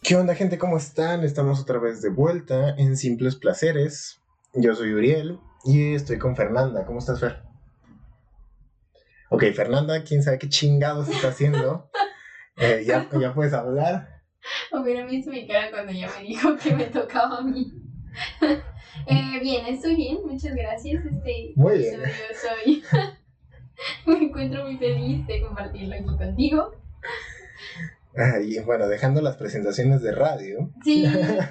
¿Qué onda, gente? ¿Cómo están? Estamos otra vez de vuelta en Simples Placeres. Yo soy Uriel y estoy con Fernanda. ¿Cómo estás, Fer? Ok, Fernanda, quién sabe qué chingados está haciendo. Ya puedes hablar. Hubiera visto mi cara cuando ella me dijo que me tocaba a mí. Bien, estoy bien, muchas gracias. Muy bien. Soy me encuentro muy feliz de compartirlo aquí contigo. Y bueno, dejando las presentaciones de radio. Sí.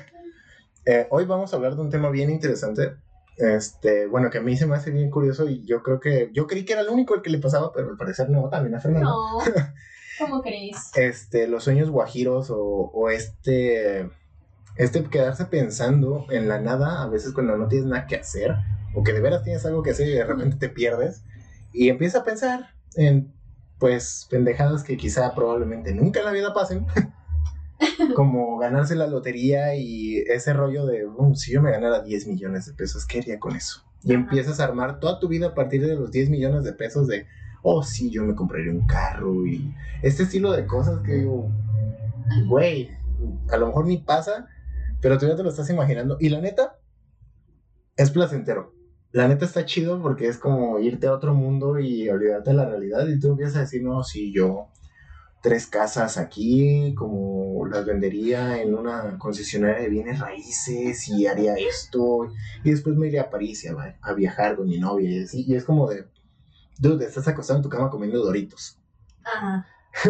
Hoy vamos a hablar de un tema bien interesante. Bueno, que a mí se me hace bien curioso y yo creí que era el único el que le pasaba, pero al parecer no, también a Fernanda. No, ¿cómo crees? Los sueños guajiros o quedarse pensando en la nada, a veces cuando no tienes nada que hacer, o que de veras tienes algo que hacer y de repente te pierdes, y empiezas a pensar en, pues, pendejadas que quizá probablemente nunca en la vida pasen, como ganarse la lotería y ese rollo de, si yo me ganara 10 millones de pesos, ¿qué haría con eso? Y empiezas a armar toda tu vida a partir de los 10 millones de pesos de, sí, yo me compraría un carro y este estilo de cosas que digo, güey, a lo mejor ni pasa, pero tú ya te lo estás imaginando. Y la neta, es placentero. La neta está chido porque es como irte a otro mundo y olvidarte de la realidad. Y tú empiezas a decir, no, sí, yo 3 casas aquí, como las vendería en una concesionaria de bienes raíces y haría esto. Y después me iría a París a viajar con mi novia y así. Y es como de, dude, estás acostado en tu cama comiendo Doritos. Ajá.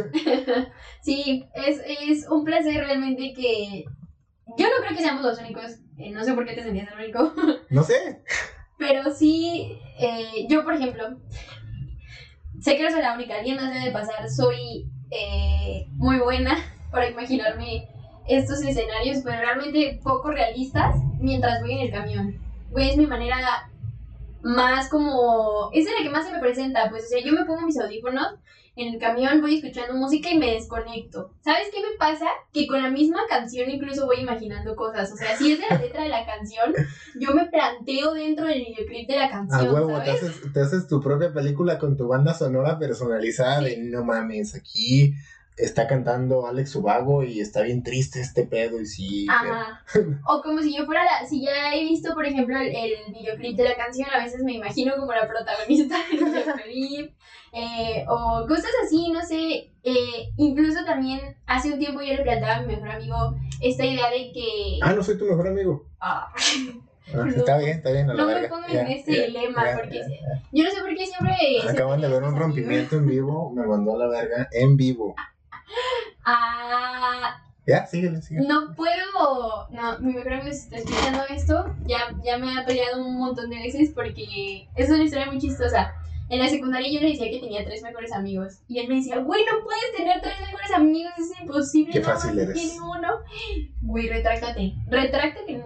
Sí, es un placer realmente que... Yo no creo que seamos los únicos. No sé por qué te sentías el único. No sé. Pero sí, yo por ejemplo, sé que no soy la única, alguien más debe pasar, soy muy buena para imaginarme estos escenarios, pero realmente poco realistas mientras voy en el camión. Güey, es mi manera más como... es la que más se me presenta, pues, o sea, yo me pongo mis audífonos en el camión, voy escuchando música y me desconecto. ¿Sabes qué me pasa? Que con la misma canción incluso voy imaginando cosas. O sea, si es de la letra de la canción, yo me planteo dentro del videoclip de la canción, huevo, ¿sabes? te haces tu propia película con tu banda sonora personalizada. Sí. De no mames, aquí está cantando Alex Ubago y está bien triste este pedo y sí. Ajá. O como si yo fuera si ya he visto, por ejemplo, el videoclip de la canción, a veces me imagino como la protagonista del videoclip. O cosas así, no sé. Incluso también hace un tiempo yo le planteaba a mi mejor amigo esta idea de que... no soy tu mejor amigo. No, está bien, no me pongo en ese dilema, porque yo no sé por qué siempre... Acaban de ver un rompimiento en vivo, me mandó a la verga en vivo. Ya, síguele. No puedo. No, mi mejor amigo está escuchando esto. Ya me ha peleado un montón de veces porque es una historia muy chistosa. En la secundaria yo le decía que tenía 3 mejores amigos. Y él me decía, güey, no puedes tener 3 mejores amigos, es imposible. Qué fácil eres. Tiene uno. Güey, retráctate. Retráctate.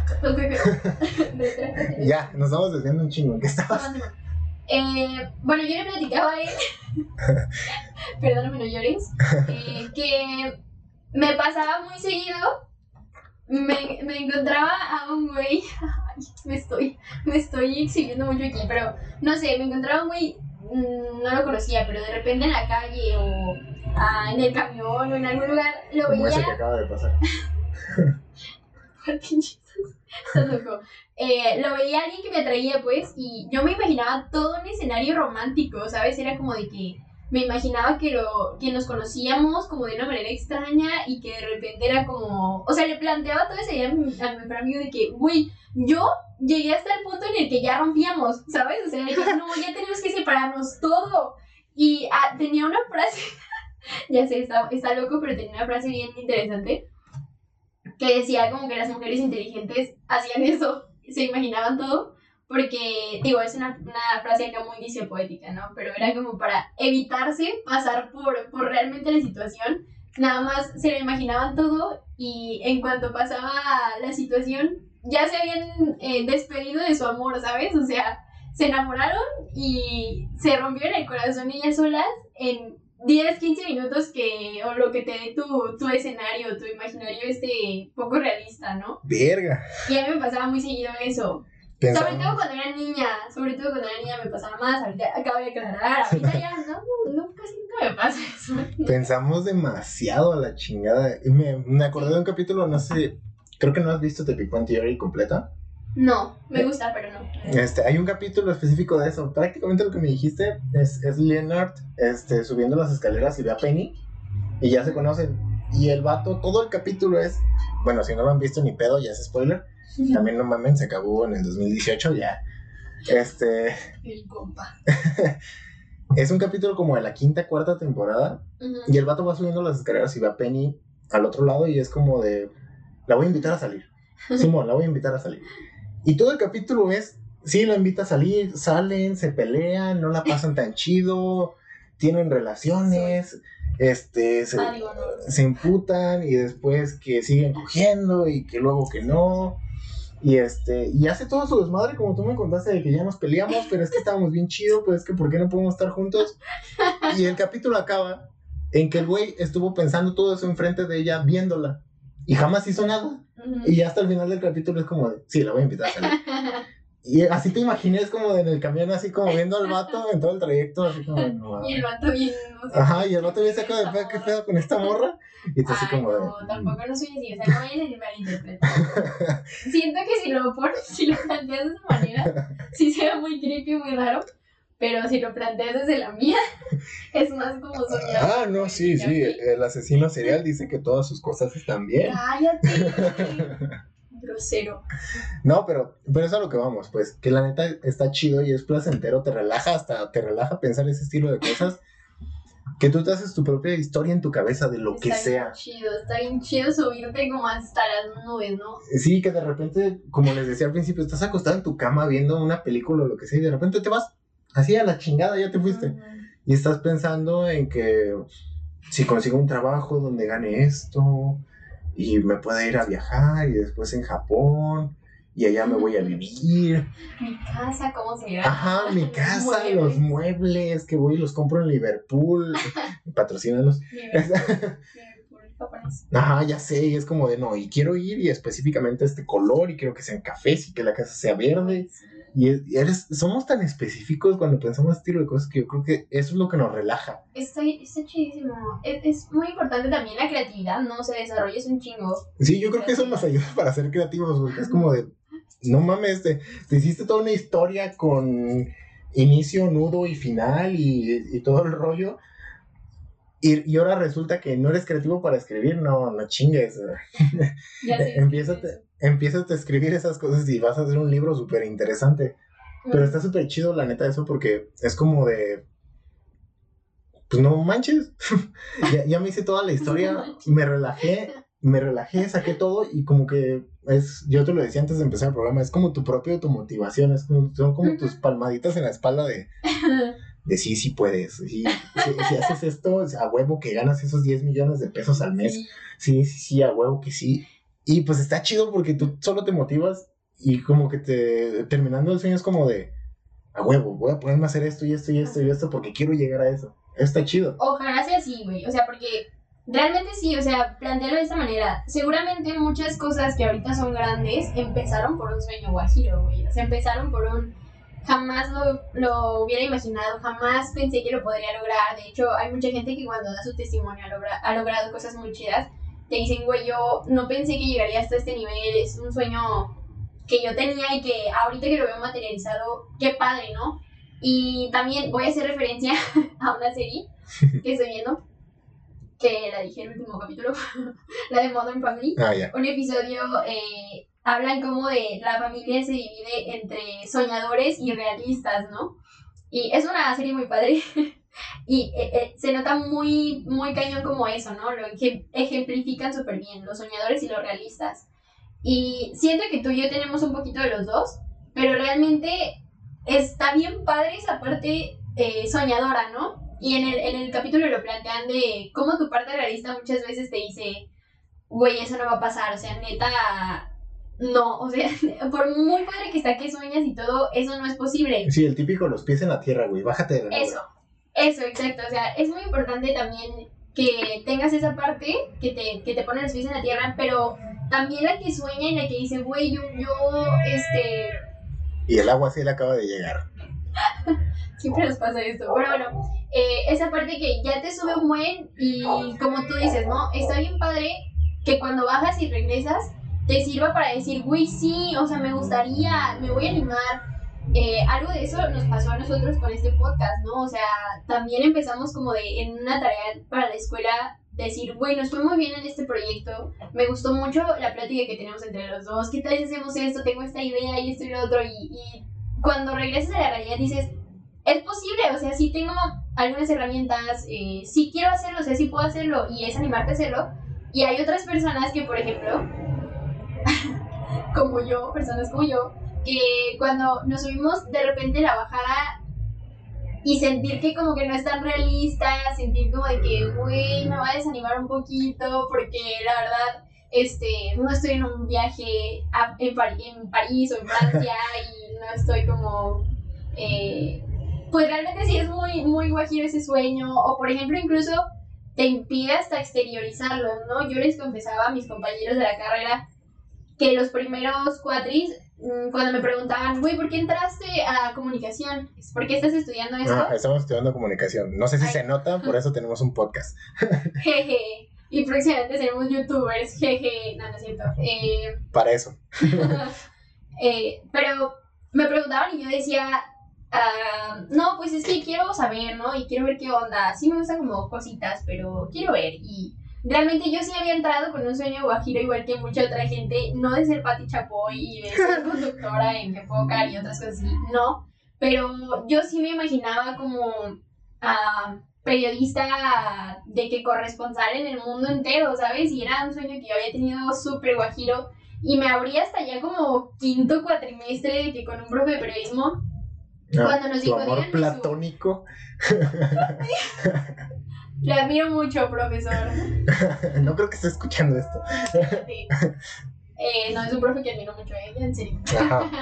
Ya, nos estamos desviando un chingo. ¿En qué estabas? Bueno, yo le platicaba a él. Perdóname, no llores. Que me pasaba muy seguido. Me encontraba a un güey. Ay, me estoy exhibiendo mucho aquí, pero no sé, me encontraba un güey. No lo conocía, pero de repente en la calle o en el camión o en algún lugar lo como veía. Ese que acaba de pasar. Estás loco. Lo veía alguien que me atraía, pues, y yo me imaginaba todo un escenario romántico, ¿sabes? Era como de que me imaginaba que nos conocíamos como de una manera extraña y que de repente era como... O sea, le planteaba toda esa idea a mi mejor amigo de que, güey, yo llegué hasta el punto en el que ya rompíamos, ¿sabes? O sea, de que no, ya tenemos que separarnos todo. Y tenía una frase, ya sé, está loco, pero tenía una frase bien interesante que decía como que las mujeres inteligentes hacían eso, se imaginaban todo. Porque, digo, es una frase acá muy dice poética, ¿no? Pero era como para evitarse pasar por realmente la situación. Nada más se lo imaginaban todo y en cuanto pasaba la situación, ya se habían despedido de su amor, ¿sabes? O sea, se enamoraron y se rompieron el corazón ellas solas en 10, 15 minutos o lo que te dé tu escenario, tu imaginario poco realista, ¿no? Verga. Y a mí me pasaba muy seguido eso. Sobre todo cuando era niña me pasaba más, ahorita acabo de aclarar, ahorita ya no, casi nunca me pasa eso. Pensamos demasiado a la chingada. Y me acordé de un capítulo, no sé, creo que no has visto The Big Bang Theory completa. No, me gusta, pero no. Hay un capítulo específico de eso. Prácticamente lo que me dijiste es Leonard subiendo las escaleras y ve a Penny y ya se conocen. Y el vato, todo el capítulo es, bueno, si no lo han visto ni pedo, ya es spoiler. También no mamen, se acabó en el 2018 ya. El compa. Es un capítulo como de la quinta, cuarta temporada. Y el vato va subiendo las escaleras y ve a Penny al otro lado y es como de, la voy a invitar a salir. Simón, la voy a invitar a salir. Y todo el capítulo es, sí, la invita a salir, salen, se pelean, no la pasan tan chido, tienen relaciones, se emputan y después que siguen cogiendo y que luego que no. Y y hace todo su desmadre, como tú me contaste, de que ya nos peleamos, pero es que estábamos bien chido, pues es que ¿por qué no podemos estar juntos? Y el capítulo acaba en que el güey estuvo pensando todo eso enfrente de ella, viéndola, y jamás hizo nada. Y hasta el final del capítulo es como de, sí, la voy a invitar a salir. Y así te imaginé, es como en el camión, así como viendo al vato en todo el trayecto, así como de, no. Y el vato bien, no sé. Ajá, y el vato bien sacado de pedo, ¿qué pedo con esta morra? Y tú así como no, tampoco no soy así, o sea, no vayan a malinterpretar. Siento que si lo planteas de esa manera, sí se ve muy creepy, muy raro. Pero si lo planteas desde la mía, es más como soñar. Ah, no, sí, el asesino serial dice que todas sus cosas están bien. Cállate. Grosero. No, pero es a lo que vamos, pues, que la neta está chido y es placentero, te relaja pensar ese estilo de cosas, que tú te haces tu propia historia en tu cabeza de lo que sea. Está bien chido subirte como hasta las nubes, ¿no? Sí, que de repente, como les decía al principio, estás acostado en tu cama viendo una película o lo que sea y de repente te vas así a la chingada, ya te fuiste. Y estás pensando en que si consigo un trabajo donde gane esto y me pueda ir a viajar y después en Japón y allá me voy a vivir. Mi casa, ¿cómo se llama? Ajá, mi casa, los muebles que voy y los compro en Liverpool. Patrocínalos. Liverpool, japonés. Ajá, ya sé, y es como de no, y quiero ir y específicamente este color y quiero que sean cafés y que la casa sea verde. Y somos tan específicos cuando pensamos este tipo de cosas que yo creo que eso es lo que nos relaja. Está chidísimo. Es muy importante también la creatividad, ¿no? Se desarrolla un chingo. Sí, yo creo que eso nos ayuda para ser creativos, porque es como de, no mames, te hiciste toda una historia con inicio, nudo y final y todo el rollo. Y ahora resulta que no eres creativo para escribir, no chingues. Empiezas a escribir esas cosas y vas a hacer un libro súper interesante. Pero está súper chido, la neta, eso, porque es como de, pues no manches. ya me hice toda la historia, me relajé, saqué todo y como que yo te lo decía antes de empezar el programa, es como tu motivación, son como tus palmaditas en la espalda de sí puedes, si haces esto, a huevo que ganas esos 10 millones de pesos al mes, sí, a huevo que sí, y pues está chido porque tú solo te motivas y como que terminando el sueño es como de, a huevo, voy a ponerme a hacer esto y esto y esto y esto porque quiero llegar a eso, está chido. Ojalá sea así, güey, o sea, porque realmente sí, o sea, plantearlo de esta manera, seguramente muchas cosas que ahorita son grandes empezaron por un sueño guajiro, güey, o sea, empezaron por jamás lo hubiera imaginado, jamás pensé que lo podría lograr. De hecho, hay mucha gente que cuando da su testimonio ha logrado cosas muy chidas. Te dicen, güey, yo no pensé que llegaría hasta este nivel, es un sueño que yo tenía y que ahorita que lo veo materializado, qué padre, ¿no? Y también voy a hacer referencia a una serie que estoy viendo, que la dije en el último capítulo, la de Modern Family. Yeah. Un episodio hablan como de la familia se divide entre soñadores y realistas, ¿no? Y es una serie muy padre y se nota muy, muy cañón como eso, ¿no? Lo que ejemplifican súper bien, los soñadores y los realistas. Y siento que tú y yo tenemos un poquito de los dos, pero realmente está bien padre esa parte soñadora, ¿no? Y en el capítulo lo plantean de cómo tu parte realista muchas veces te dice, güey, eso no va a pasar, o sea, neta, no, o sea, por muy padre que está que sueñas y todo, eso no es posible. Sí, el típico los pies en la tierra, güey, bájate de la nube. Eso, exacto, o sea, es muy importante también que tengas esa parte que te pone los pies en la tierra, pero también la que sueña y la que dice, güey, yo. Y el agua sí le acaba de llegar. Siempre nos pasa esto. Pero bueno, esa parte que ya te sube un buen y como tú dices, ¿no? Está bien padre que cuando bajas y regresas te sirva para decir, uy, sí, o sea, me gustaría, me voy a animar. Algo de eso nos pasó a nosotros con este podcast, ¿no? O sea, también empezamos como de en una tarea para la escuela decir, güey, nos fue muy bien en este proyecto, me gustó mucho la plática que tenemos entre los dos, ¿qué tal si hacemos esto? Tengo esta idea y esto y lo otro, y cuando regresas a la realidad dices, es posible, o sea, sí tengo algunas herramientas, sí quiero hacerlo, o sea, sí puedo hacerlo, y es animarte a hacerlo, y hay otras personas que, por ejemplo, personas como yo, que cuando nos subimos de repente la bajada y sentir que como que no es tan realista, sentir como de que, güey, me va a desanimar un poquito porque la verdad, no estoy en un viaje en París o en Francia y no estoy como, pues realmente sí es muy, muy guajiro ese sueño, o por ejemplo incluso te impide hasta exteriorizarlo, ¿no? Yo les confesaba a mis compañeros de la carrera que los primeros cuatris, cuando me preguntaban, güey, ¿por qué entraste a comunicación? ¿Por qué estás estudiando esto? Estamos estudiando comunicación. No sé si se nota, por eso tenemos un podcast. Jeje. Y próximamente seremos youtubers. Jeje. No, no es cierto. Para eso. Pero me preguntaban y yo decía, no, pues es que quiero saber, ¿no? Y quiero ver qué onda. Sí me gustan como cositas, pero quiero ver. Y realmente yo sí había entrado con un sueño guajiro igual que mucha otra gente, no de ser Pati Chapoy y de ser conductora en Que Pócar y otras cosas así, no, pero yo sí me imaginaba como periodista de que corresponsal en el mundo entero, ¿sabes? Y era un sueño que yo había tenido súper guajiro y me abría hasta ya como quinto cuatrimestre de que con un profe de periodismo cuando nos dijo, tu amor platónico. Le admiro mucho, profesor. No creo que esté escuchando esto. Sí. No, es un profe que admiro mucho a ella, en serio. Ajá.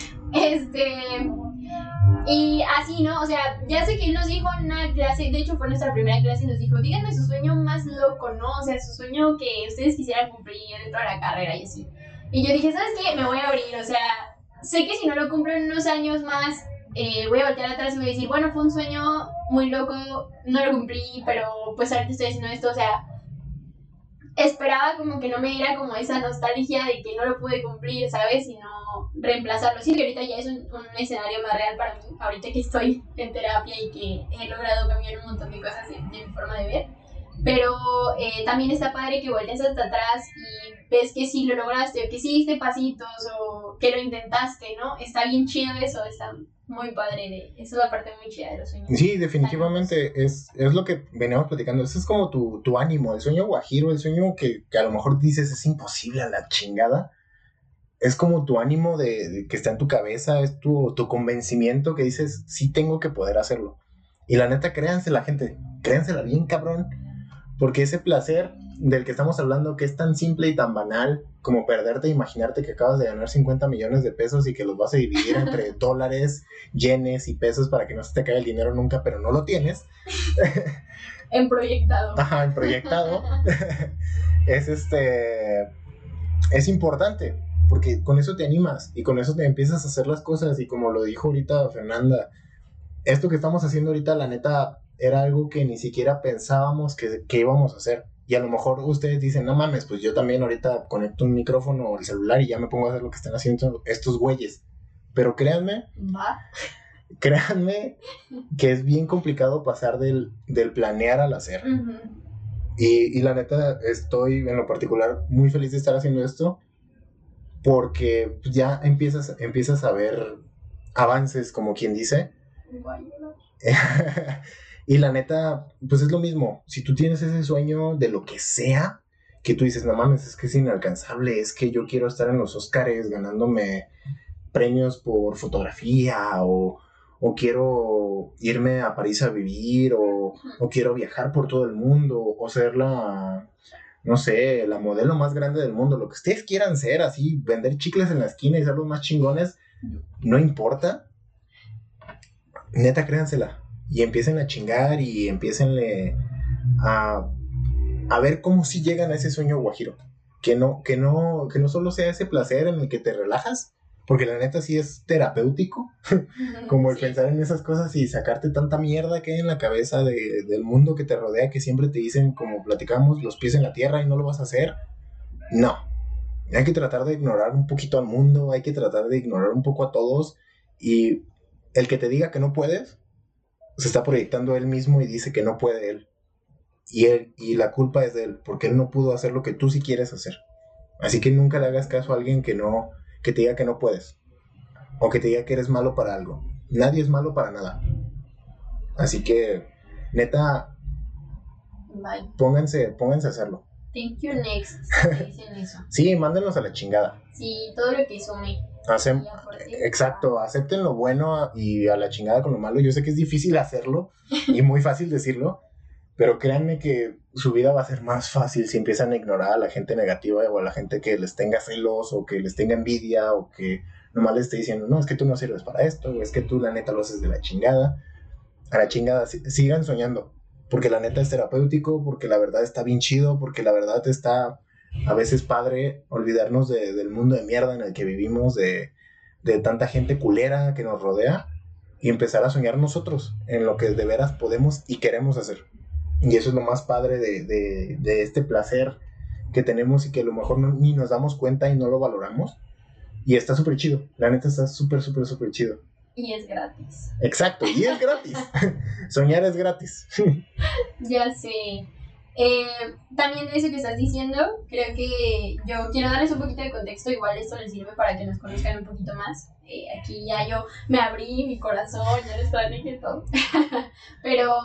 Y así, ¿no? O sea, ya sé que él nos dijo en una clase, de hecho fue nuestra primera clase, y nos dijo, díganme su sueño más loco, ¿no? O sea, su sueño que ustedes quisieran cumplir dentro de la carrera y así. Y yo dije, ¿sabes qué? Me voy a abrir, o sea, sé que si no lo cumplo en unos años más, voy a voltear atrás y voy a decir, bueno, fue un sueño muy loco, no lo cumplí, pero pues ahorita estoy haciendo esto, o sea, esperaba como que no me diera como esa nostalgia de que no lo pude cumplir, ¿sabes? Sino reemplazarlo. Sí, que ahorita ya es un escenario más real para mí, ahorita que estoy en terapia y que he logrado cambiar un montón de cosas de mi forma de ver. Pero también está padre que voltees hasta atrás y ves que sí lo lograste, o que sí diste pasitos, o que lo intentaste, ¿no? Está bien chido eso, está muy padre. Esa es la parte muy chida de los sueños. Sí, definitivamente es lo que veníamos platicando. Eso es como tu ánimo, el sueño guajiro, el sueño que a lo mejor dices es imposible a la chingada. Es como tu ánimo de que está en tu cabeza, es tu convencimiento que dices, sí tengo que poder hacerlo. Y la neta, créansela, gente, créansela bien, cabrón. Porque ese placer del que estamos hablando, que es tan simple y tan banal como perderte e imaginarte que acabas de ganar 50 millones de pesos y que los vas a dividir entre dólares, yenes y pesos para que no se te caiga el dinero nunca, pero no lo tienes. En proyectado. Ajá, en proyectado. Es importante, porque con eso te animas y con eso te empiezas a hacer las cosas. Y como lo dijo ahorita Fernanda, esto que estamos haciendo ahorita, la neta, era algo que ni siquiera pensábamos que íbamos a hacer. Y a lo mejor ustedes dicen, no mames, pues yo también ahorita conecto un micrófono o el celular y ya me pongo a hacer lo que están haciendo estos güeyes. Pero créanme que es bien complicado pasar del planear al hacer. Uh-huh. Y la neta, estoy en lo particular muy feliz de estar haciendo esto, porque ya empiezas a ver avances, como quien dice. Y la neta, pues es lo mismo. Si tú tienes ese sueño de lo que sea, que tú dices, no mames, es que es inalcanzable, es que yo quiero estar en los Óscares ganándome premios por fotografía, o quiero irme a París a vivir, o quiero viajar por todo el mundo, o ser la modelo más grande del mundo, lo que ustedes quieran ser, así, vender chicles en la esquina y ser los más chingones, no importa. Neta, créansela. Y empiecen a chingar y empiecen a ver cómo sí llegan a ese sueño guajiro. Que no solo sea ese placer en el que te relajas, porque la neta sí es terapéutico, como el pensar en esas cosas y sacarte tanta mierda que hay en la cabeza del mundo que te rodea, que siempre te dicen, como platicamos, los pies en la tierra y no lo vas a hacer. No, hay que tratar de ignorar un poquito al mundo, hay que tratar de ignorar un poco a todos, y el que te diga que no puedes, se está proyectando él mismo y dice que no puede él. Y la culpa es de él, porque él no pudo hacer lo que tú sí quieres hacer. Así que nunca le hagas caso a alguien que te diga que no puedes, o que te diga que eres malo para algo. Nadie es malo para nada. Así que, neta, Bye. pónganse a hacerlo. Thank you next. Dicen eso. Sí, mándenos a la chingada. Sí, todo lo que sume. Exacto, acepten lo bueno y a la chingada con lo malo. Yo sé que es difícil hacerlo y muy fácil decirlo, pero créanme que su vida va a ser más fácil si empiezan a ignorar a la gente negativa o a la gente que les tenga celos o que les tenga envidia o que nomás les esté diciendo, no, es que tú no sirves para esto, o es que tú la neta lo haces de la chingada. A la chingada, sigan soñando, porque la neta es terapéutico, porque la verdad está bien chido, porque la verdad está a veces padre olvidarnos del mundo de mierda en el que vivimos, de tanta gente culera que nos rodea, y empezar a soñar nosotros en lo que de veras podemos y queremos hacer. Y eso es lo más padre de este placer que tenemos y que a lo mejor ni nos damos cuenta y no lo valoramos. Y está súper chido. La neta está súper, súper, súper chido. Y es gratis. Exacto, y es gratis. Soñar es gratis. Ya sé. También de eso que estás diciendo, creo que yo quiero darles un poquito de contexto. Igual esto les sirve para que nos conozcan un poquito más. Aquí ya yo me abrí mi corazón, ya les platiqué todo. Pero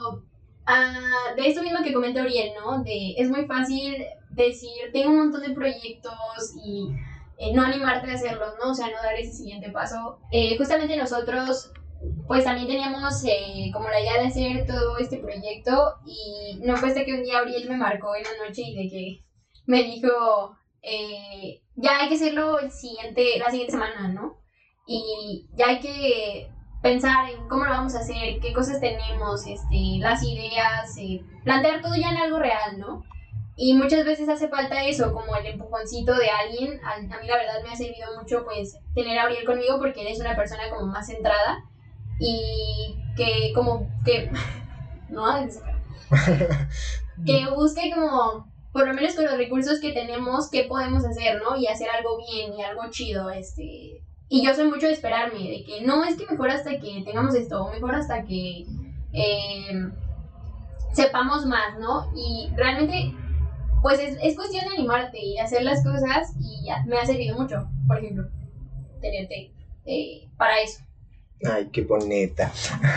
de esto mismo que comenta Uriel, ¿no? Es muy fácil decir, tengo un montón de proyectos y no animarte a hacerlos, ¿no? O sea, no dar ese siguiente paso. Justamente nosotros, pues también teníamos como la idea de hacer todo este proyecto, y no fue hasta que un día Uriel me marcó en la noche y de que me dijo, ya hay que hacerlo la siguiente semana, ¿no? Y ya hay que pensar en cómo lo vamos a hacer, qué cosas tenemos, las ideas, plantear todo ya en algo real, ¿no? Y muchas veces hace falta eso, como el empujoncito de alguien. A mí la verdad me ha servido mucho pues tener a Uriel conmigo, porque él es una persona como más centrada y que como que no que busque como por lo menos con los recursos que tenemos qué podemos hacer, ¿no? Y hacer algo bien y algo chido, y yo soy mucho de esperarme, de que no, es que mejor hasta que tengamos esto, o mejor hasta que sepamos más, ¿no? Y realmente pues es cuestión de animarte y hacer las cosas, y ya me ha servido mucho, por ejemplo, tenerte para eso. Ay, qué bonita.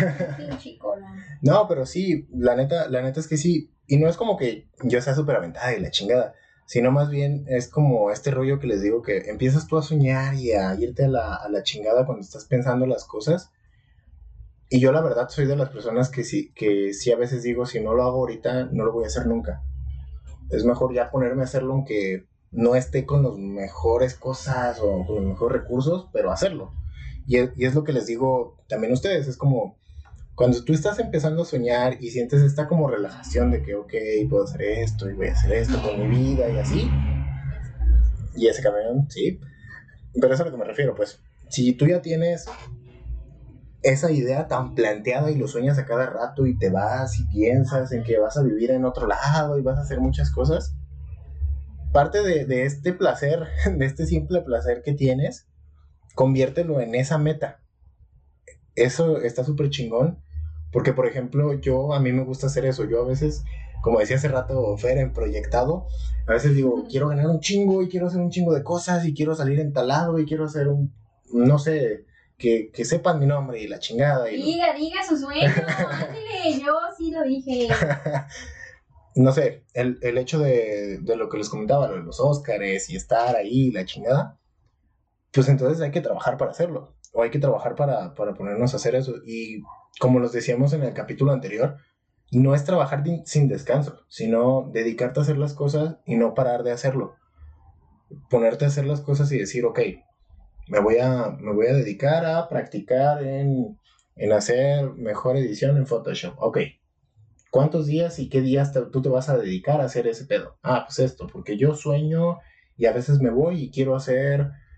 No, pero sí, la neta es que sí. Y no es como que yo sea súper aventada y la chingada, sino más bien es como este rollo que les digo, que empiezas tú a soñar y a irte a la chingada cuando estás pensando las cosas. Y yo la verdad soy de las personas que sí a veces digo, si no lo hago ahorita, no lo voy a hacer nunca. Es mejor ya ponerme a hacerlo aunque no esté con las mejores cosas o con los mejores recursos, pero hacerlo. Y es lo que les digo también a ustedes, es como cuando tú estás empezando a soñar y sientes esta como relajación de que, ok, puedo hacer esto y voy a hacer esto con mi vida y así. Y ese camión, sí. Pero eso es a lo que me refiero, pues. Si tú ya tienes esa idea tan planteada y lo sueñas a cada rato y te vas y piensas en que vas a vivir en otro lado y vas a hacer muchas cosas, parte de este placer, de este simple placer que tienes, conviértelo en esa meta. Eso está súper chingón, porque por ejemplo a mí me gusta hacer eso. Yo a veces, como decía hace rato Fer en Proyectado, a veces digo, quiero ganar un chingo y quiero hacer un chingo de cosas y quiero salir en tal lado y quiero hacer no sé, que sepan mi nombre y la chingada. Diga su sueño, ándale, yo sí lo dije. No sé, el hecho de lo que les comentaba, lo de los Óscares y estar ahí, la chingada, pues entonces hay que trabajar para hacerlo, o hay que trabajar para ponernos a hacer eso. Y como los decíamos en el capítulo anterior, no es trabajar sin descanso, sino dedicarte a hacer las cosas y no parar de hacerlo. Ponerte a hacer las cosas y decir, ok, me voy a dedicar a practicar en hacer mejor edición en Photoshop. Ok, ¿cuántos días y qué días tú te vas a dedicar a hacer ese pedo? Ah, pues esto, porque yo sueño y a veces me voy y quiero hacer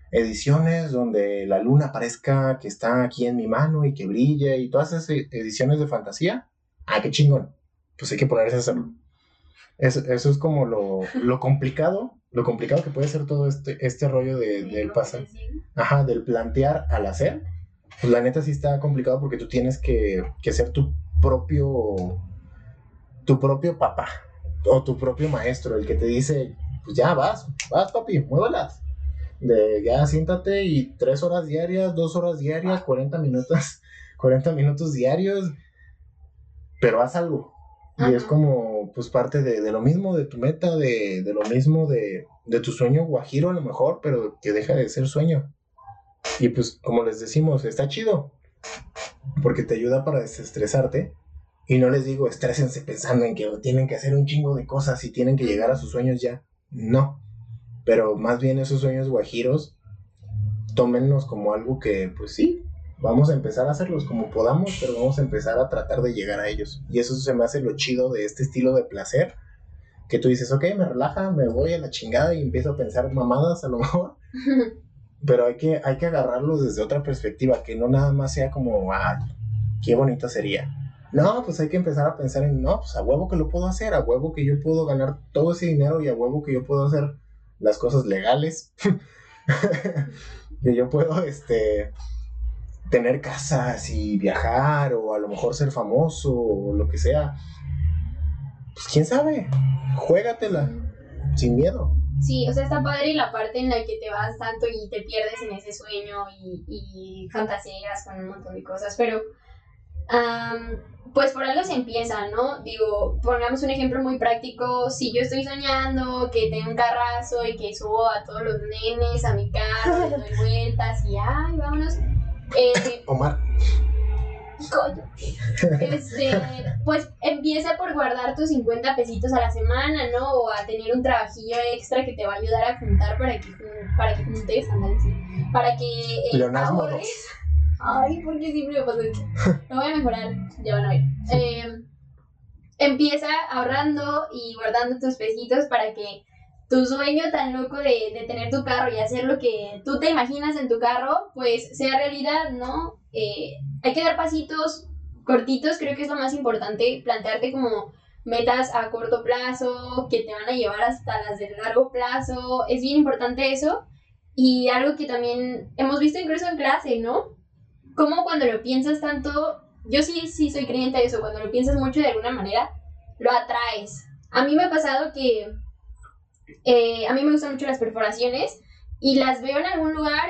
ediciones donde la luna parezca que está aquí en mi mano y que brille y todas esas ediciones de fantasía. Ah, qué chingón. Pues hay que ponerse a hacerlo. Eso es como lo complicado que puede ser todo este rollo del pasar. Ajá, del plantear al hacer. Pues la neta sí está complicado porque tú tienes que ser tu propio papá o tu propio maestro, el que te dice, pues ya vas papi, muévalas. Ya siéntate y 3 horas diarias, 2 horas diarias, 40 minutos diarios, pero haz algo. Y es como, pues, parte de lo mismo, de tu meta, de lo mismo, de tu sueño guajiro a lo mejor, pero que deja de ser sueño. Y pues, como les decimos, está chido, porque te ayuda para desestresarte. Y no les digo, estrésense pensando en que tienen que hacer un chingo de cosas y tienen que llegar a sus sueños ya. No. Pero más bien esos sueños guajiros, tómenlos como algo que, pues sí, vamos a empezar a hacerlos como podamos, pero vamos a empezar a tratar de llegar a ellos. Y eso se me hace lo chido de este estilo de placer, que tú dices, ok, me relaja, me voy a la chingada y empiezo a pensar mamadas a lo mejor. Pero hay que agarrarlos desde otra perspectiva, que no nada más sea como, qué bonito sería. No, pues hay que empezar a pensar en, no, pues a huevo que lo puedo hacer, a huevo que yo puedo ganar todo ese dinero y a huevo que yo puedo hacer las cosas legales. Que yo puedo, tener casas y viajar o a lo mejor ser famoso o lo que sea. Pues quién sabe, juégatela, sin miedo. Sí, o sea, está padre la parte en la que te vas tanto y te pierdes en ese sueño y fantaseas con un montón de cosas, pero pues por algo se empieza, ¿no? Digo, pongamos un ejemplo muy práctico. Si yo estoy soñando que tengo un carrazo y que subo a todos los nenes a mi casa, les doy vueltas y ¡ay, vámonos! Omar. Coño. Pues empieza por guardar tus 50 pesitos a la semana, ¿no? O a tener un trabajillo extra que te va a ayudar a juntar para que juntes, andale, sí, para que ahorres. Ay, ¿por qué siempre me pasa eso? Lo voy a mejorar, ya van a ver. Empieza ahorrando y guardando tus pesitos para que tu sueño tan loco de tener tu carro y hacer lo que tú te imaginas en tu carro, pues sea realidad, ¿no? Hay que dar pasitos cortitos, creo que es lo más importante, plantearte como metas a corto plazo, que te van a llevar hasta las de largo plazo, es bien importante eso. Y algo que también hemos visto incluso en clase, ¿no? Como cuando lo piensas tanto, yo sí soy creyente de eso, cuando lo piensas mucho de alguna manera, lo atraes. A mí me ha pasado que a mí me gustan mucho las perforaciones y las veo en algún lugar.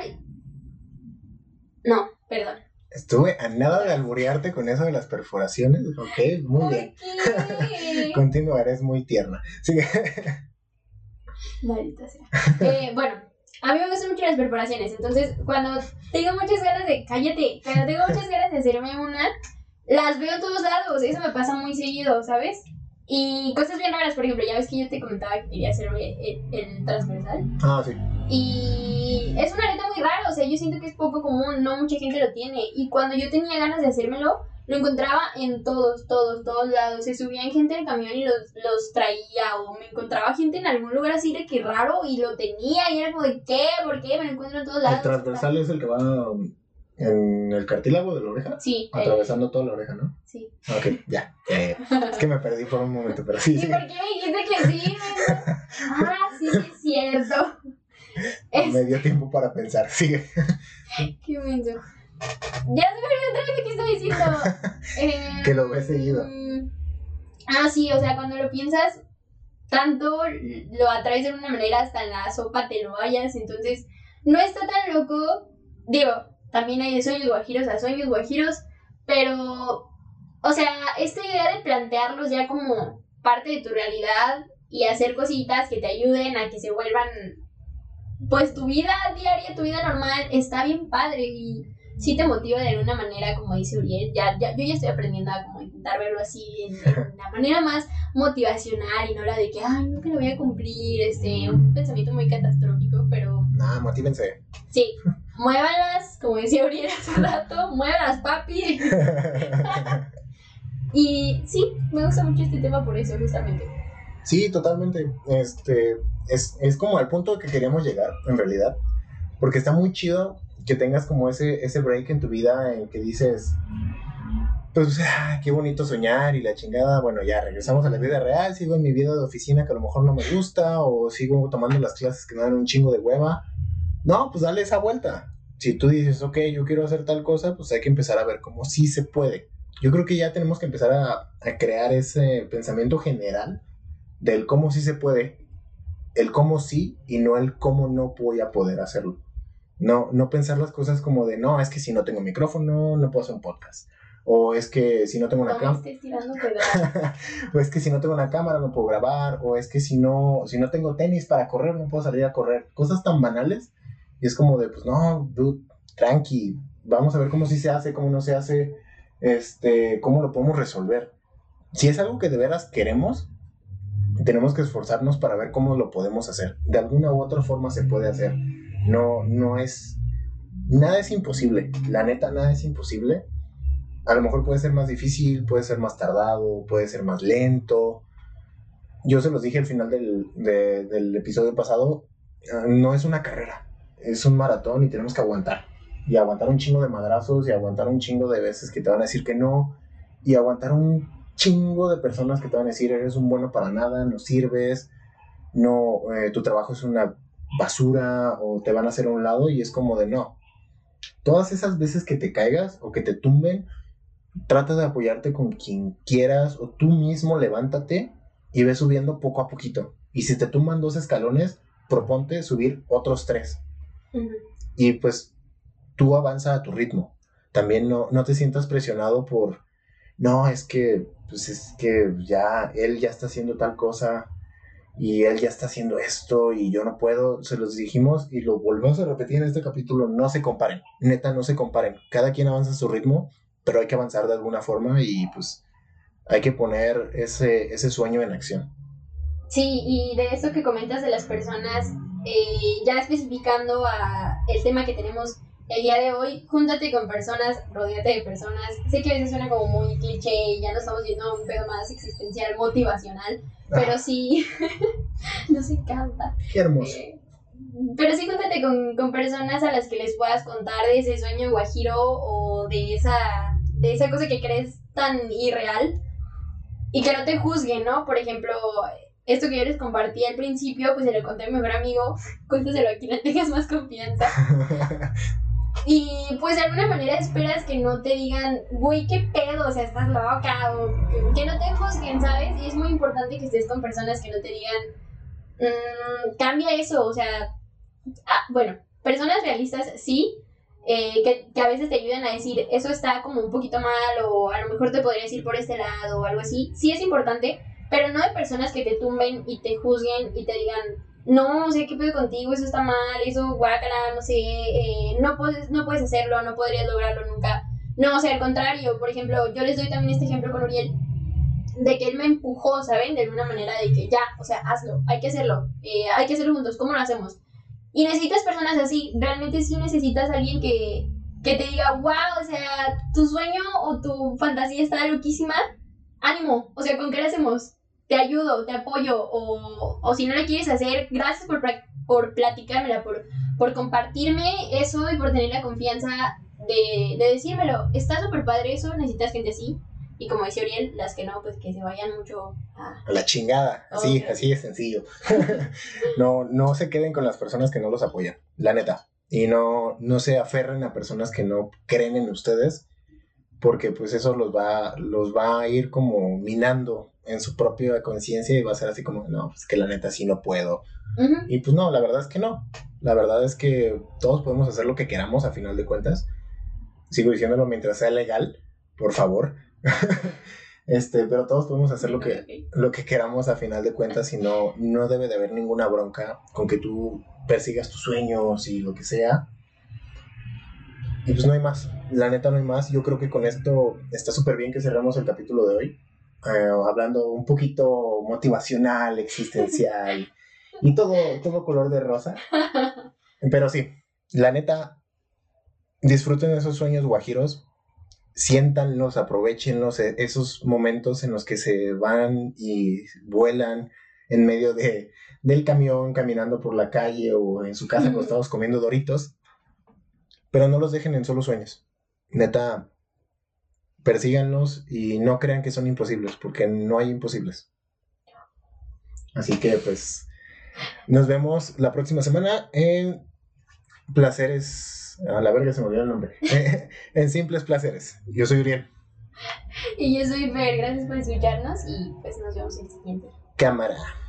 No, perdón. Estuve a nada de alburearte con eso de las perforaciones. Ok, muy bien. ¿Qué? Continúa, eres muy tierna. Sigue. Maldita sea. Bueno, a mí me gustan mucho las perforaciones. Entonces, cuando tengo muchas ganas de. Cállate. Cuando tengo muchas ganas de hacerme una, las veo en todos lados. Eso me pasa muy seguido, ¿sabes? Y cosas bien raras, por ejemplo, ya ves que yo te comentaba que quería hacerme el transversal. Ah, sí. Y es una areta muy rara, o sea, yo siento que es poco común, no mucha gente lo tiene. Y cuando yo tenía ganas de hacérmelo, lo encontraba en todos lados. Se subían gente al camión y los traía, o me encontraba gente en algún lugar así de que raro y lo tenía. Y era como de, ¿qué? ¿Por qué? Me lo encuentro en todos lados. El transversal es el que va en el cartílago de la oreja. Sí. Atravesando toda la oreja, ¿no? Sí. Ok, ya. Es que me perdí por un momento, pero sí. ¿Y por qué me dijiste que sí? Sí, es cierto. Me dio tiempo para pensar. Sigue. Qué menso. Ya se me olvidó otra vez de qué estaba diciendo. Que lo ves seguido. Sí, o sea, cuando lo piensas tanto, lo atraes de una manera, hasta en la sopa te lo vayas. Entonces, no está tan loco. Digo, también hay de sueños guajiros a sueños guajiros, pero, o sea, esta idea de plantearlos ya como parte de tu realidad y hacer cositas que te ayuden a que se vuelvan, pues, tu vida diaria, tu vida normal, está bien padre y sí te motiva de alguna manera, como dice Uriel. Yo ya estoy aprendiendo a como intentar verlo así en la manera más motivacional y no la de que, nunca lo voy a cumplir, un pensamiento muy catastrófico, pero... Nah, motívense. Sí. Muévalas, como decía Uriel hace un rato, muévalas, papi. Y sí, me gusta mucho este tema por eso, justamente. Sí, totalmente. Es como al punto que queríamos llegar, en realidad. Porque está muy chido que tengas como ese break en tu vida en que dices, pues, qué bonito soñar y la chingada. Bueno, ya regresamos a la vida real, sigo en mi vida de oficina que a lo mejor no me gusta, o sigo tomando las clases que me dan un chingo de hueva. No, pues dale esa vuelta. Si tú dices, ok, yo quiero hacer tal cosa, pues hay que empezar a ver cómo sí se puede. Yo creo que ya tenemos que empezar a crear ese pensamiento general del cómo sí se puede, el cómo sí y no el cómo no voy a poder hacerlo. No pensar las cosas como de, no, es que si no tengo micrófono, no puedo hacer un podcast. O es que si no tengo una cámara. O es que si no tengo una cámara no puedo grabar. O es que si no tengo tenis para correr, no puedo salir a correr. Cosas tan banales. Y es como de, pues no, dude, tranqui. Vamos a ver cómo sí se hace, cómo no se hace. Cómo lo podemos resolver. Si es algo que de veras queremos, tenemos que esforzarnos para ver cómo lo podemos hacer. De alguna u otra forma se puede hacer. No es... Nada es imposible. La neta, nada es imposible. A lo mejor puede ser más difícil, puede ser más tardado, puede ser más lento. Yo se los dije al final del episodio pasado, no es una carrera, es un maratón y tenemos que aguantar. Y aguantar un chingo de madrazos y aguantar un chingo de veces que te van a decir que no. Y aguantar un chingo de personas que te van a decir, eres un bueno para nada, no sirves, no, tu trabajo es una basura o te van a hacer a un lado. Y es como de no. Todas esas veces que te caigas o que te tumben, trata de apoyarte con quien quieras o tú mismo levántate y ve subiendo poco a poquito. Y si te tumban 2 escalones, proponte subir otros 3. Uh-huh. Y pues tú avanza a tu ritmo. También no te sientas presionado por, no, es que ya él ya está haciendo tal cosa y él ya está haciendo esto y yo no puedo. Se los dijimos y lo volvemos a repetir en este capítulo, no se comparen, neta, no se comparen. Cada quien avanza a su ritmo, pero hay que avanzar de alguna forma y pues hay que poner ese sueño en acción. Sí, y de eso que comentas de las personas, ya especificando a el tema que tenemos el día de hoy, júntate con personas, rodéate de personas. Sé que a veces suena como muy cliché y ya no estamos yendo a un pedo más existencial, motivacional, pero sí, nos encanta. Qué hermoso. Pero sí, júntate con personas a las que les puedas contar de ese sueño guajiro o de esa cosa que crees tan irreal y que no te juzguen, ¿no? Por ejemplo, esto que yo les compartí al principio, pues se lo conté a mi mejor amigo, cuéntaselo a quien le tengas más confianza. Y pues de alguna manera esperas que no te digan, güey, qué pedo, o sea, estás loca, o que no te juzguen, ¿sabes? Y es muy importante que estés con personas que no te digan, cambia eso, o sea, bueno, personas realistas sí, que a veces te ayudan a decir, eso está como un poquito mal, o a lo mejor te podrías ir por este lado, o algo así, sí es importante, pero no de personas que te tumben y te juzguen y te digan, no, o sea, ¿qué pedo contigo? Eso está mal, eso guácala, no sé, no puedes hacerlo, no podrías lograrlo nunca. No, o sea, al contrario, por ejemplo, yo les doy también este ejemplo con Uriel, de que él me empujó, ¿saben? De alguna manera de que ya, o sea, hazlo, hay que hacerlo juntos, ¿cómo lo hacemos? Y necesitas personas así, realmente sí necesitas a alguien que te diga, wow, o sea, tu sueño o tu fantasía está loquísima, ánimo, o sea, ¿con qué lo hacemos? Te ayudo, te apoyo, o si no lo quieres hacer, gracias por platicármela, por compartirme eso y por tener la confianza de decírmelo. Está súper padre eso, necesitas gente así. Y como dice Uriel, las que no, pues que se vayan mucho a la chingada, así es sencillo. no se queden con las personas que no los apoyan, la neta. Y no se aferren a personas que no creen en ustedes, porque pues eso los va a ir como minando en su propia conciencia y va a ser así como, no, pues que la neta sí no puedo. Uh-huh. Y pues no, la verdad es que no. La verdad es que todos podemos hacer lo que queramos a final de cuentas. Sigo diciéndolo mientras sea legal, por favor. Pero todos podemos hacer lo que queramos a final de cuentas y no debe de haber ninguna bronca con que tú persigas tus sueños y lo que sea. Y pues no hay más, la neta no hay más. Yo creo que con esto está súper bien que cerramos el capítulo de hoy, hablando un poquito motivacional, existencial y todo color de rosa. Pero sí, la neta, disfruten esos sueños guajiros, siéntanlos, aprovechenlos, esos momentos en los que se van y vuelan en medio del camión, caminando por la calle o en su casa acostados comiendo Doritos, pero no los dejen en solo sueños. Neta, persíganlos y no crean que son imposibles, porque no hay imposibles. Así que pues nos vemos la próxima semana en Placeres. A la verga se me olvidó el nombre. En Simples Placeres. Yo soy Uriel. Y yo soy Fer, gracias por escucharnos y pues nos vemos en el siguiente. Cámara.